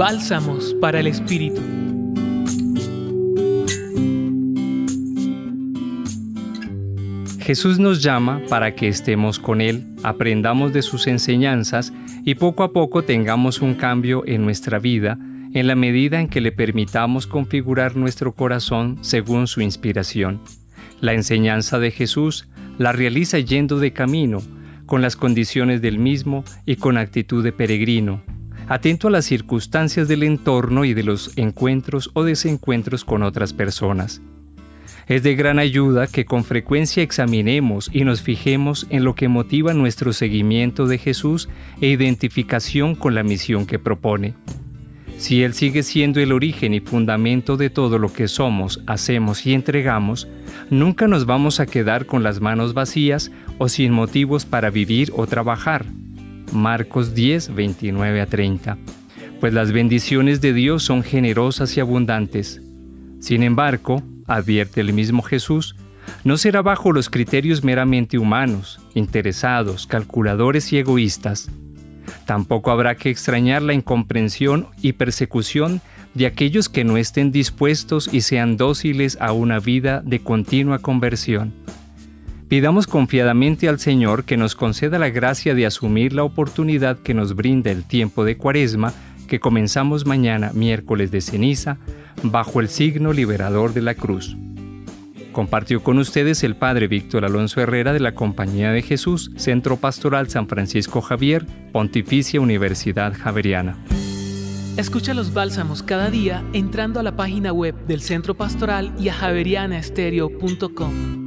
Bálsamos para el Espíritu. Jesús nos llama para que estemos con Él, aprendamos de sus enseñanzas y poco a poco tengamos un cambio en nuestra vida en la medida en que le permitamos configurar nuestro corazón según su inspiración. La enseñanza de Jesús la realiza yendo de camino, con las condiciones del mismo y con actitud de peregrino, atento a las circunstancias del entorno y de los encuentros o desencuentros con otras personas. Es de gran ayuda que con frecuencia examinemos y nos fijemos en lo que motiva nuestro seguimiento de Jesús e identificación con la misión que propone. Si Él sigue siendo el origen y fundamento de todo lo que somos, hacemos y entregamos, nunca nos vamos a quedar con las manos vacías o sin motivos para vivir o trabajar. Marcos 10, 29-30. Pues las bendiciones de Dios son generosas y abundantes. Sin embargo, advierte el mismo Jesús, no será bajo los criterios meramente humanos, interesados, calculadores y egoístas. Tampoco habrá que extrañar la incomprensión y persecución de aquellos que no estén dispuestos y sean dóciles a una vida de continua conversión. Pidamos confiadamente al Señor que nos conceda la gracia de asumir la oportunidad que nos brinda el tiempo de Cuaresma, que comenzamos mañana, miércoles de ceniza, bajo el signo liberador de la cruz. Compartió con ustedes el Padre Víctor Alonso Herrera de la Compañía de Jesús, Centro Pastoral San Francisco Javier, Pontificia Universidad Javeriana. Escucha los bálsamos cada día entrando a la página web del Centro Pastoral y a javerianaestereo.com.